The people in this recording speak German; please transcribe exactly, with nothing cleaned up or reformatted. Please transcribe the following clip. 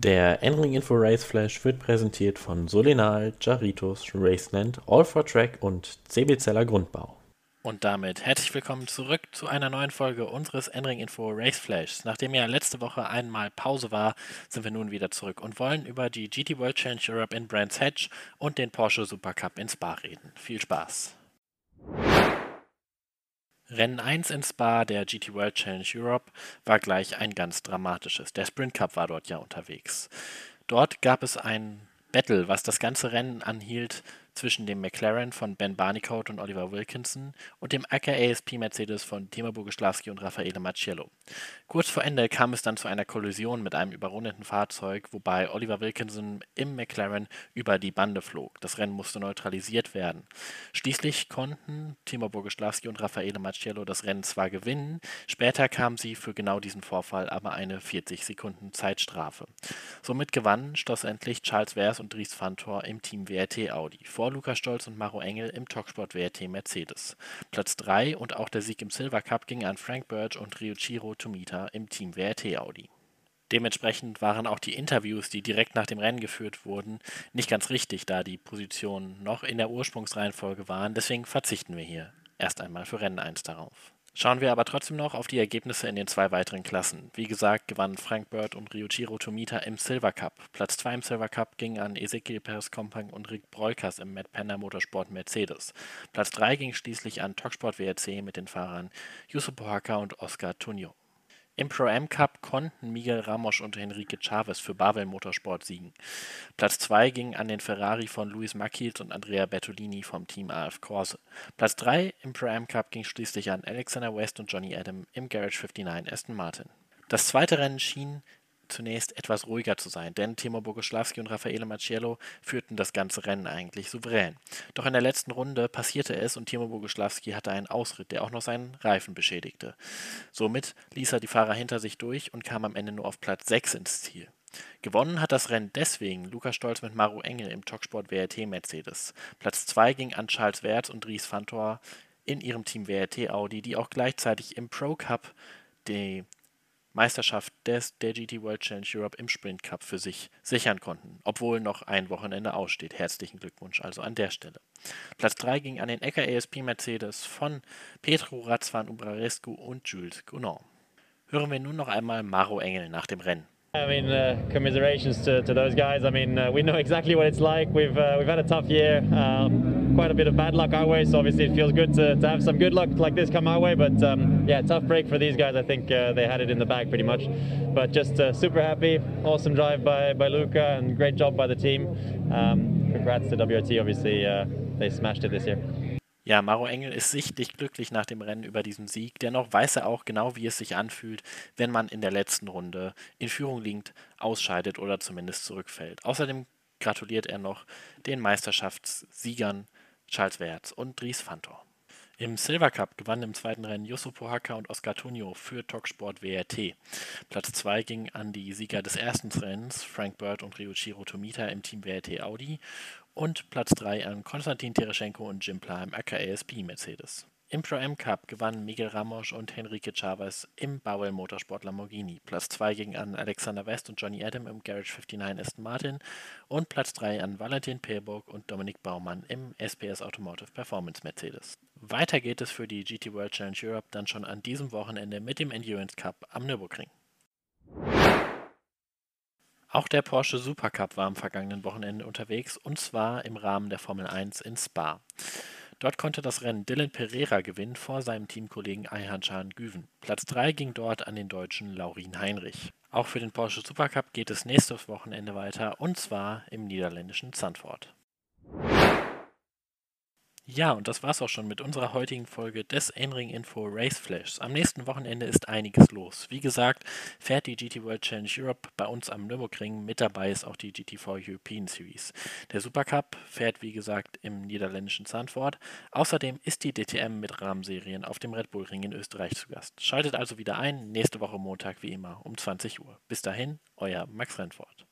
Der N-Ring Info Race Flash wird präsentiert von Solenal, Jaritos, Raceland, All for Track und C B Zeller Grundbau. Und damit herzlich willkommen zurück zu einer neuen Folge unseres N-Ring Info Race Flashs. Nachdem ja letzte Woche einmal Pause war, sind wir nun wieder zurück und wollen über die G T World Challenge Europe in Brands Hatch und den Porsche Supercup in Spa reden. Viel Spaß! Rennen eins in Spa der G T World Challenge Europe war gleich ein ganz dramatisches. Der Sprint Cup war dort ja unterwegs. Dort gab es ein Battle, was das ganze Rennen anhielt, zwischen dem McLaren von Ben Barnicoat und Oliver Wilkinson und dem A K A S P Mercedes von Timo Boguslawski und Raffaele Marciello. Kurz vor Ende kam es dann zu einer Kollision mit einem überrundeten Fahrzeug, wobei Oliver Wilkinson im McLaren über die Bande flog. Das Rennen musste neutralisiert werden. Schließlich konnten Timo Boguslawski und Raffaele Marciello das Rennen zwar gewinnen, später kamen sie für genau diesen Vorfall aber eine vierzig Sekunden Zeitstrafe. Somit gewannen schlussendlich Charles Vers und Dries Vanthoor im Team W R T Audi, vor Lukas Stolz und Maro Engel im Talksport W R T Mercedes. Platz drei und auch der Sieg im Silver Cup ging an Frank Birch und Ryuichiro Tomita im Team W R T Audi. Dementsprechend waren auch die Interviews, die direkt nach dem Rennen geführt wurden, nicht ganz richtig, da die Positionen noch in der Ursprungsreihenfolge waren, deswegen verzichten wir hier erst einmal für Rennen eins darauf. Schauen wir aber trotzdem noch auf die Ergebnisse in den zwei weiteren Klassen. Wie gesagt, gewannen Frank Bird und Ryuichiro Tomita im Silver Cup. Platz zwei im Silver Cup ging an Ezequiel Perez-Kompang und Rick Breukers im Matt Panda Motorsport Mercedes. Platz drei ging schließlich an Talksport W R C mit den Fahrern Yusuf Pohaca und Oscar Tunio. Im Pro-Am Cup konnten Miguel Ramos und Henrique Chavez für Bavel Motorsport siegen. Platz zwei ging an den Ferrari von Luis Makiels und Andrea Bertolini vom Team A F Corse. Platz drei im Pro-Am Cup ging schließlich an Alexander West und Johnny Adam im Garage neunundfünfzig Aston Martin. Das zweite Rennen schien zunächst etwas ruhiger zu sein, denn Timo Boguslawski und Raffaele Marciello führten das ganze Rennen eigentlich souverän. Doch in der letzten Runde passierte es und Timo Boguslawski hatte einen Ausritt, der auch noch seinen Reifen beschädigte. Somit ließ er die Fahrer hinter sich durch und kam am Ende nur auf Platz sechs ins Ziel. Gewonnen hat das Rennen deswegen Lukas Stolz mit Maro Engel im Talksport W R T Mercedes. Platz zwei ging an Charles Vers und Dries Vanthoor in ihrem Team W R T Audi, die auch gleichzeitig im Pro Cup die Meisterschaft des, der G T World Challenge Europe im Sprint Cup für sich sichern konnten, obwohl noch ein Wochenende aussteht. Herzlichen Glückwunsch also an der Stelle. Platz drei ging an den A K A S P Mercedes von Petru Razvan Ubrarescu und Jules Gounon. Hören wir nun noch einmal Maro Engel nach dem Rennen. I mean, uh, commiserations to, to those guys. I mean, uh, we know exactly what it's like. We've uh, we've had a tough year, uh, quite a bit of bad luck our way. So obviously it feels good to, to have some good luck like this come our way. But um, yeah, tough break for these guys. I think uh, they had it in the bag pretty much. But just uh, super happy. Awesome drive by by Luca and great job by the team. Um, congrats to W R T. Obviously, uh, they smashed it this year. Ja, Maro Engel ist sichtlich glücklich nach dem Rennen über diesen Sieg. Dennoch weiß er auch genau, wie es sich anfühlt, wenn man in der letzten Runde in Führung liegend ausscheidet oder zumindest zurückfällt. Außerdem gratuliert er noch den Meisterschaftssiegern Charles Vers und Dries Vanthoor. Im Silver Cup gewannen im zweiten Rennen Yusuf Pohaca und Oscar Tunio für Talksport W R T. Platz zwei ging an die Sieger des ersten Rennens, Frank Bird und Ryuichiro Tomita im Team W R T Audi, und Platz drei an Konstantin Tereschenko und Jim Pla im A K A S P Mercedes. Im Pro-Am Cup gewannen Miguel Ramos und Henrique Chavez im Bavel Motorsport Lamborghini. Platz zwei ging an Alexander West und Johnny Adam im Garage neunundfünfzig Aston Martin und Platz drei an Valentin Peerbock und Dominik Baumann im S P S Automotive Performance Mercedes. Weiter geht es für die G T World Challenge Europe dann schon an diesem Wochenende mit dem Endurance Cup am Nürburgring. Auch der Porsche Supercup war am vergangenen Wochenende unterwegs, und zwar im Rahmen der Formel eins in Spa. Dort konnte das Rennen Dylan Pereira gewinnen vor seinem Teamkollegen Ayhan Can Güven. Platz drei ging dort an den Deutschen Laurin Heinrich. Auch für den Porsche Supercup geht es nächstes Wochenende weiter, und zwar im niederländischen Zandvoort. Ja, und das war's auch schon mit unserer heutigen Folge des N-Ring Info Race Flashs. Am nächsten Wochenende ist einiges los. Wie gesagt, fährt die G T World Challenge Europe bei uns am Nürburgring. Mit dabei ist auch die G T vier European Series. Der Supercup fährt, wie gesagt, im niederländischen Zandvoort. Außerdem ist die D T M mit Rahmenserien auf dem Red Bull Ring in Österreich zu Gast. Schaltet also wieder ein, nächste Woche Montag wie immer um zwanzig Uhr. Bis dahin, euer Max Rennfort.